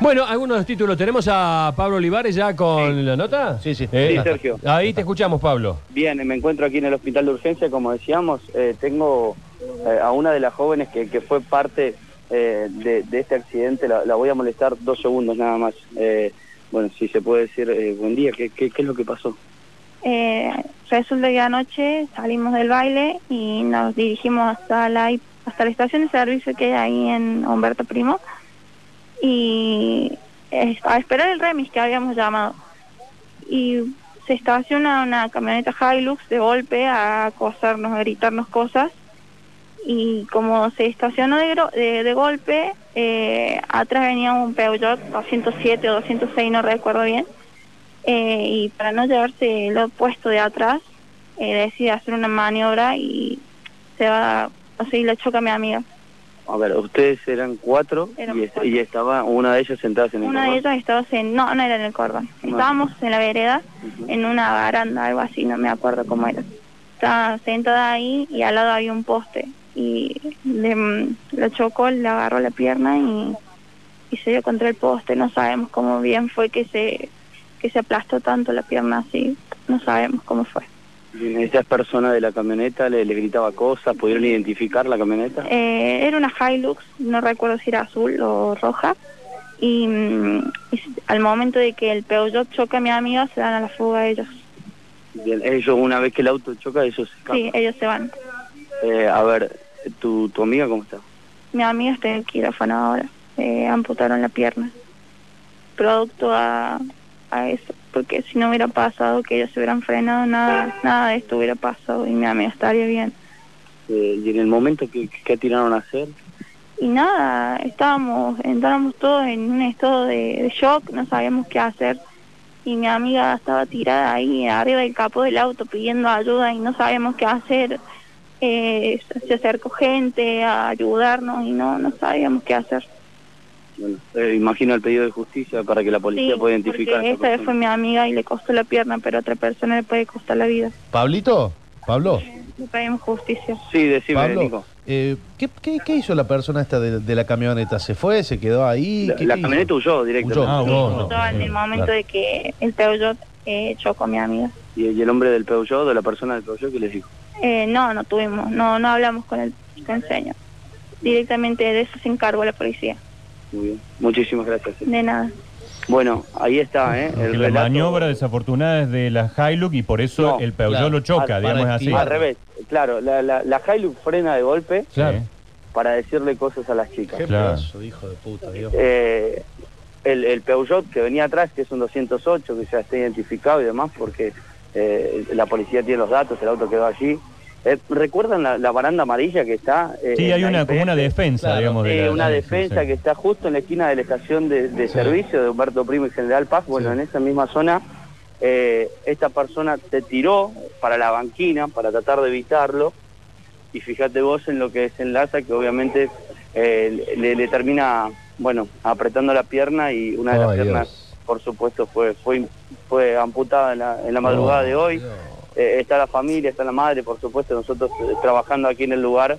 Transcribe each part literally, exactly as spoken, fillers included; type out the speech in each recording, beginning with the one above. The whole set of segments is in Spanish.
Bueno, algunos títulos. Tenemos a Pablo Olivares ya con sí. la nota. Sí, sí. Eh, sí, Sergio. Ahí te escuchamos, Pablo. Bien, me encuentro aquí en el hospital de urgencia, como decíamos. Eh, tengo eh, a una de las jóvenes que, que fue parte eh, de, de este accidente. La, la voy a molestar dos segundos nada más. Eh, bueno, si se puede decir, eh, buen día. ¿Qué, qué, ¿Qué es lo que pasó? Eh, resulta que anoche salimos del baile y nos dirigimos hasta la, hasta la estación de servicio que hay ahí en Humberto Primo y eh, a esperar el remis que habíamos llamado. Y se estaciona una camioneta Hilux de golpe a acosarnos, a gritarnos cosas, y como se estacionó de, de, de golpe, eh, atrás venía un Peugeot doscientos siete o doscientos seis, no recuerdo bien, eh, y para no llevarse lo puesto de atrás, eh, decide hacer una maniobra y se va, o sea, y le choca a mi amiga. A ver, ustedes eran cuatro y, est y estaba una de ellas sentada en el Una cordón. de ellas estaba en, no, no era en el cordón. Estábamos en la vereda, uh-huh. en una baranda, algo así, no me acuerdo cómo era. Estaba sentada ahí y al lado había un poste. Y le, lo chocó, le agarró la pierna y, y se dio contra el poste. No sabemos cómo bien fue que se, que se aplastó tanto la pierna así. No sabemos cómo fue. ¿Esas personas de la camioneta le, le gritaba cosas? ¿Pudieron identificar la camioneta? Eh, era una Hilux, no recuerdo si era azul o roja, y, y al momento de que el Peugeot choca a mi amiga, se dan a la fuga ellos. Bien, ellos una vez que el auto choca, ellos se escapan. Sí, ellos se van. Eh, a ver, ¿tu, ¿tu amiga cómo está? Mi amiga está en el quirófano ahora, eh, amputaron la pierna, producto a, a eso. Porque si no hubiera pasado, que ellos se hubieran frenado, nada nada de esto hubiera pasado y mi amiga estaría bien. Eh, ¿Y en el momento que, que tiraron a hacer? Y nada, estábamos, estábamos todos en un estado de, de shock, no sabíamos qué hacer. Y mi amiga estaba tirada ahí arriba del capó del auto pidiendo ayuda y no sabíamos qué hacer. Eh, se acercó gente a ayudarnos y no, no sabíamos qué hacer. Bueno, eh, imagino el pedido de justicia para que la policía sí, pueda identificar porque esta vez fue mi amiga y le costó la pierna, pero a otra persona le puede costar la vida. ¿Pablito? ¿Pablo? Eh, le pedimos justicia. Sí, decime, Pablo, Nico. Eh, ¿qué, qué, ¿Qué hizo la persona esta de, de la camioneta? ¿Se fue? ¿Se quedó ahí? La, ¿Qué, la qué camioneta hizo? huyó directamente. ¿Huyó? Ah, sí, vos, justo no. en el momento Claro. de que el Peugeot eh, chocó a mi amiga. ¿Y, ¿Y el hombre del Peugeot, de la persona del Peugeot, qué les dijo? Eh, no, no tuvimos, no no hablamos con el, con el señor. Directamente de eso se encargó la policía. Muy bien, muchísimas gracias. Eh. De nada. Bueno, ahí está, ¿eh? El la relato... maniobra desafortunada es de la Hilux y por eso No, el Peugeot claro, lo choca, al, digamos así. Al revés, claro, la, la, la Hilux frena de golpe Claro. para decirle cosas a las chicas. Qué Claro. pedazo de hijo de puta, Dios. Eh, el, el Peugeot que venía atrás, que es un doscientos ocho, que ya está identificado y demás, porque eh, la policía tiene los datos, el auto quedó allí. Eh, ¿Recuerdan la, la baranda amarilla que está? Eh, Sí, hay una como una de defensa, Claro. digamos. De Eh, la, una sí, defensa sí. que está justo en la esquina de la estación de, de Sí. servicio de Humberto Primo y General Paz. Bueno, Sí. en esa misma zona, eh, esta persona se tiró para la banquina para tratar de evitarlo. Y fíjate vos en lo que desenlaza, que obviamente eh, le, le termina, bueno, apretando la pierna y una de las Ay, piernas, Dios. por supuesto, fue fue fue amputada en la, en la madrugada Oh, de hoy. Dios. Eh, está la familia, está la madre, por supuesto, nosotros eh, trabajando aquí en el lugar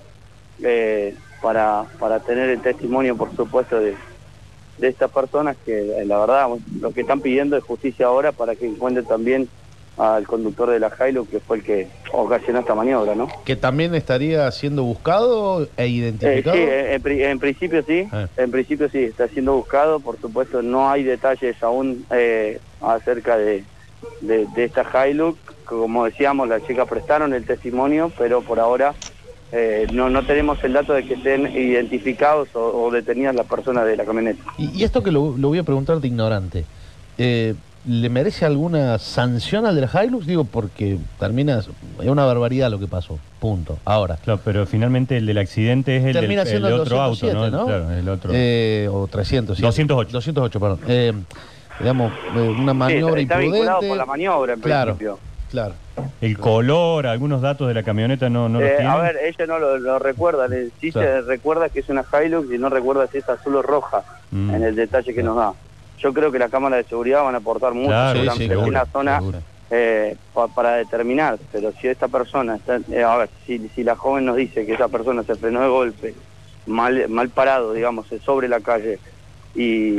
eh, para, para tener el testimonio, por supuesto, de, de estas personas que, eh, la verdad, lo que están pidiendo es justicia ahora para que encuentren también al conductor de la Hilux, que fue el que ocasionó esta maniobra, ¿no? ¿Que también estaría siendo buscado e Eh, identificado? sí, en, pri- en principio sí, Ah. en principio sí, está siendo buscado, por supuesto no hay detalles aún eh, acerca de, de, de esta Hilux. Como decíamos, las chicas prestaron el testimonio, pero por ahora eh, no, no tenemos el dato de que estén identificados o, o detenidas las personas de la camioneta. Y, y esto que lo, lo voy a preguntar de ignorante, eh, ¿le merece alguna sanción al de la Hilux? Digo, porque termina, es una barbaridad lo que pasó, punto. Ahora, Claro, pero finalmente el del accidente es el, del, termina el siendo de el otro auto, doscientos siete, ¿no? ¿no? Claro, el otro. Eh, o trescientos, sí. doscientos ocho. doscientos ocho, perdón. Eh, digamos, eh, una maniobra Sí, está vinculado imprudente. por la maniobra en Claro, principio. claro. El color, algunos datos de la camioneta no, no los Eh, tienen. a ver, ella no lo, lo recuerda, le- sí Claro. se recuerda que es una Hilux y no recuerda si es azul o roja, Mm. en el detalle que nos da. Yo creo que las cámaras de seguridad van a aportar mucho Claro, seguramente sí, en seguro, la zona seguro. eh, pa- para determinar, pero si esta persona, está, eh, a ver, si, si la joven nos dice que esa persona se frenó de golpe, mal, mal parado, digamos, eh, sobre la calle, y,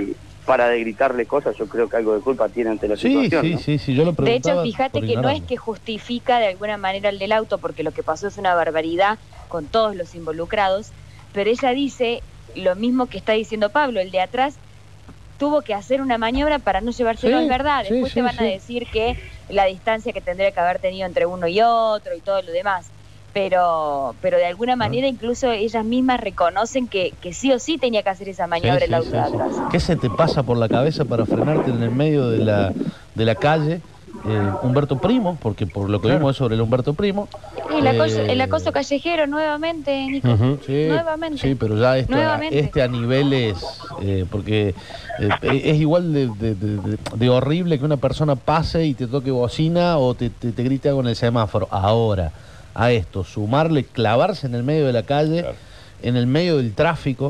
para de gritarle cosas, yo creo que algo de culpa tiene ante la Sí, situación. sí, ¿no? sí, sí, yo lo De preguntaba. hecho, fíjate por que no es ignorarlo. que justifica de alguna manera el del auto, porque lo que pasó es una barbaridad con todos los involucrados, pero ella dice lo mismo que está diciendo Pablo, el de atrás tuvo que hacer una maniobra para no llevárselo, Sí, es verdad. sí, Después sí, te van a sí. decir que la distancia que tendría que haber tenido entre uno y otro y todo lo demás. Pero pero de alguna manera incluso ellas mismas reconocen que, que sí o sí tenía que hacer esa maniobra Sí, el sí, auto sí, de sí. atrás. ¿Qué se te pasa por la cabeza para frenarte en el medio de la, de la calle? Eh, Humberto Primo, porque por lo que Claro. vimos es sobre el Humberto Primo. Y el, acoso, Eh, el acoso callejero nuevamente, Nico. Ujú. Sí, Nuevamente. sí, pero ya esto, Nuevamente. este a niveles, eh, porque eh, es igual de, de- de- de- de horrible que una persona pase y te toque bocina o te, te, te grite algo en el semáforo. Ahora, a esto, sumarle, clavarse en el medio de la calle, Claro. en el medio del tráfico.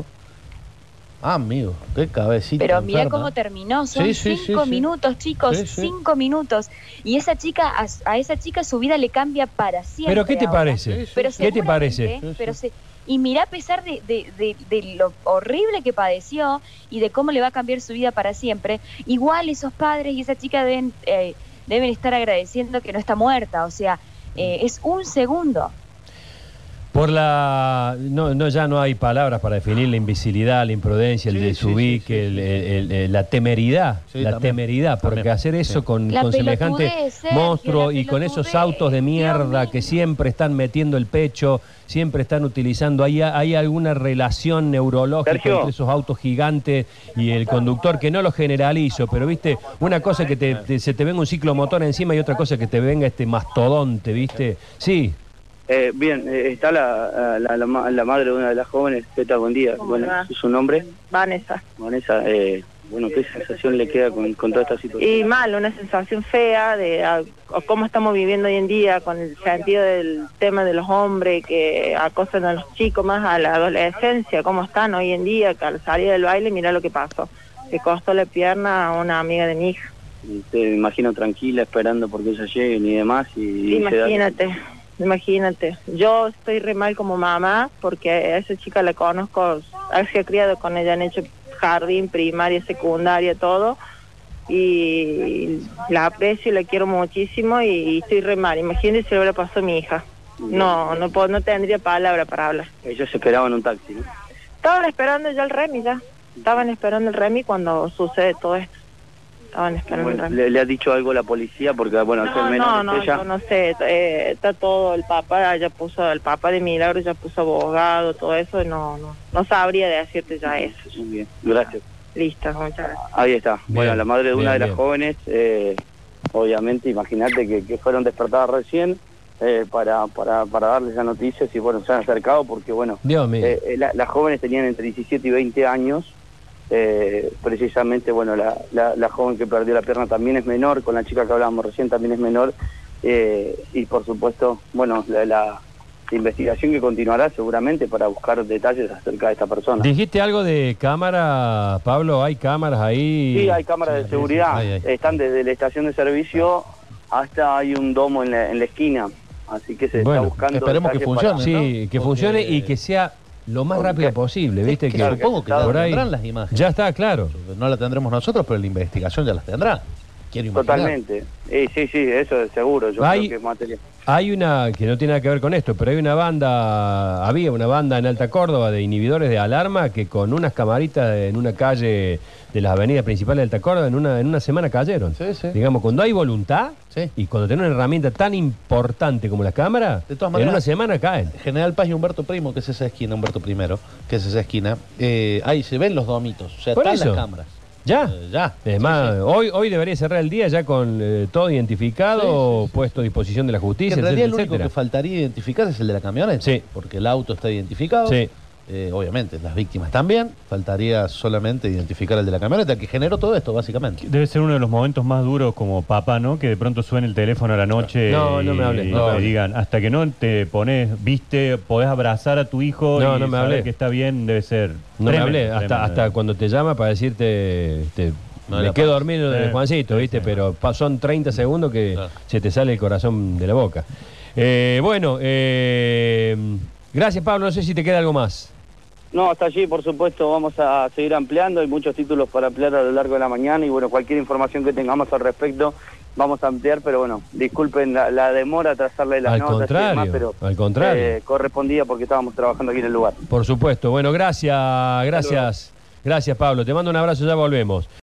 Ah, amigo, qué cabecita. Pero mira enferma. cómo terminó, son Sí, sí, cinco sí, sí. minutos, chicos, Sí, sí. cinco minutos. Y esa chica, a, a esa chica su vida le cambia para siempre. ¿Pero qué te ahora. parece? Sí, sí. Pero ¿Qué te seguramente, parece? Sí, sí. Pero se, y mira, a pesar de, de, de, de lo horrible que padeció y de cómo le va a cambiar su vida para siempre, igual esos padres y esa chica deben, eh, deben estar agradeciendo que no está muerta. O sea, eh, es un segundo. Por la... No, no, ya no hay palabras para definir la invisibilidad, la imprudencia, el Sí, desubique, sí, sí, sí, el- sí. el- el- la temeridad, Sí, la también, temeridad, porque también, hacer eso sí. con, La con semejante pelotudez, Sergio, monstruo la y con esos pelotudez, autos de Dios mierda mío. que siempre están metiendo el pecho, siempre están utilizando, ¿hay, hay alguna relación neurológica Sergio. entre esos autos gigantes y el conductor? Que no lo generalizo, pero viste, una cosa es que te, te- se te venga un ciclomotor encima y otra cosa es que te venga este mastodonte, ¿viste? Sí. Eh, bien, eh, está la, la, la, ma- la madre de una de las jóvenes. ¿Qué tal? Buen día. ¿Cómo Bueno, le va? ¿su nombre? Vanessa. Vanessa, eh, bueno, ¿qué sensación le queda con, con toda esta situación? Y mal, una sensación fea de a- a cómo estamos viviendo hoy en día con el sentido del tema de los hombres que acosan a los chicos más a la adolescencia, cómo están hoy en día, que al salir del baile, mira lo que pasó. Le costó la pierna a una amiga de mi hija. Y Te imagino tranquila, esperando porque ellas lleguen y demás. Y, y se da- Imagínate, imagínate. Yo estoy re mal como mamá porque a esa chica la conozco, se ha criado con ella, han hecho jardín, primaria, secundaria, todo. Y la aprecio, la quiero muchísimo y, y estoy re mal. Imagínate si le hubiera pasado a mi hija. No, no, puedo- no tendría palabra para hablar. Ellos esperaban un taxi, ¿no? Estaban esperando ya el Remi ya. Estaban esperando el Remi cuando sucede todo esto. Estaban esperando el Bueno, Remi. le, le ha dicho algo a la policía? Porque, bueno, al ser No, menor no, no, ella... yo no sé, eh, está todo, el papá ya puso, el papá de Milagro ya puso abogado, todo eso, y no, no, no sabría decirte ya eso. Muy bien, gracias. Listo, muchas gracias. Ahí está. Bien, Bueno, la madre de una bien, de las bien. jóvenes, eh, obviamente, imagínate que, que fueron despertadas recién eh, para, para, para darles las noticias y, bueno, se han acercado porque, bueno, Dios mío. eh, eh, la- las jóvenes tenían entre diecisiete y veinte años. Eh, precisamente, bueno, la, la, la joven que perdió la pierna también es menor, con la chica que hablábamos recién también es menor, eh, y por supuesto, bueno, la, la investigación que continuará seguramente para buscar detalles acerca de esta persona. ¿Dijiste algo de cámara, Pablo? ¿Hay cámaras ahí? Sí, hay cámaras Sí, de sí, seguridad, sí, hay, hay. están desde la estación de servicio hasta hay un domo en la, en la esquina, así que se Bueno, está buscando esperemos que detalles para- funcione. Sí, ¿no? que Porque- funcione y que sea lo más Porque- rápido posible, ¿viste? Que que supongo que ya por ahí- tendrán las imágenes. Ya está, claro. No la tendremos nosotros, pero la investigación ya las tendrá. Quiero imaginar. Totalmente. Eh, sí, sí, eso es seguro. Yo Hay- creo que es material. Hay una, que no tiene nada que ver con esto, pero hay una banda, había una banda en Alta Córdoba de inhibidores de alarma que con unas camaritas en una calle de las avenidas principales de Alta Córdoba en una, en una semana cayeron. Sí, sí. Digamos, cuando hay voluntad Sí. y cuando tenés una herramienta tan importante como las cámaras, De todas en maneras- una semana caen. General Paz y Humberto Primo, que es esa esquina, Humberto Primero, que es esa esquina, eh, ahí se ven los domitos, o sea, Por están eso. las cámaras. ¿Ya? Eh, ya. Es más, Sí, sí. Hoy, hoy debería cerrar el día ya con eh, todo identificado, Sí, sí, sí, puesto a disposición de la Que justicia, en realidad el etcétera, único que etcétera. faltaría identificar es el de la camioneta, Sí. porque el auto está identificado, Sí. eh, obviamente las víctimas también, faltaría solamente identificar el de la camioneta, que generó todo esto, básicamente. Debe ser uno de los momentos más duros como papá, ¿no? Que de pronto suene el teléfono a la noche No, y, no me hables, y no me te hables. digan, hasta que no te pones, viste, podés abrazar a tu hijo No, y no me saber hables. que está bien, debe ser No me tremendo, hablé, hasta, tremendo. hasta cuando te llama para decirte, te, No me la quedo pases. dormido de Sí, Juancito, sí, ¿viste? sí. Pero pa- son treinta segundos que Claro. se te sale el corazón de la boca. Eh, bueno, eh, gracias Pablo, no sé si te queda algo más. No, hasta allí, por supuesto, vamos a seguir ampliando. Hay muchos títulos para ampliar a lo largo de la mañana y, bueno, cualquier información que tengamos al respecto vamos a ampliar, pero bueno, disculpen la, la demora trazarle las Al notas y contrario, demás, pero al contrario. eh, correspondía porque estábamos trabajando aquí en el lugar. Por supuesto. Bueno, gracias, gracias, gracias Pablo. Te mando un abrazo, ya volvemos.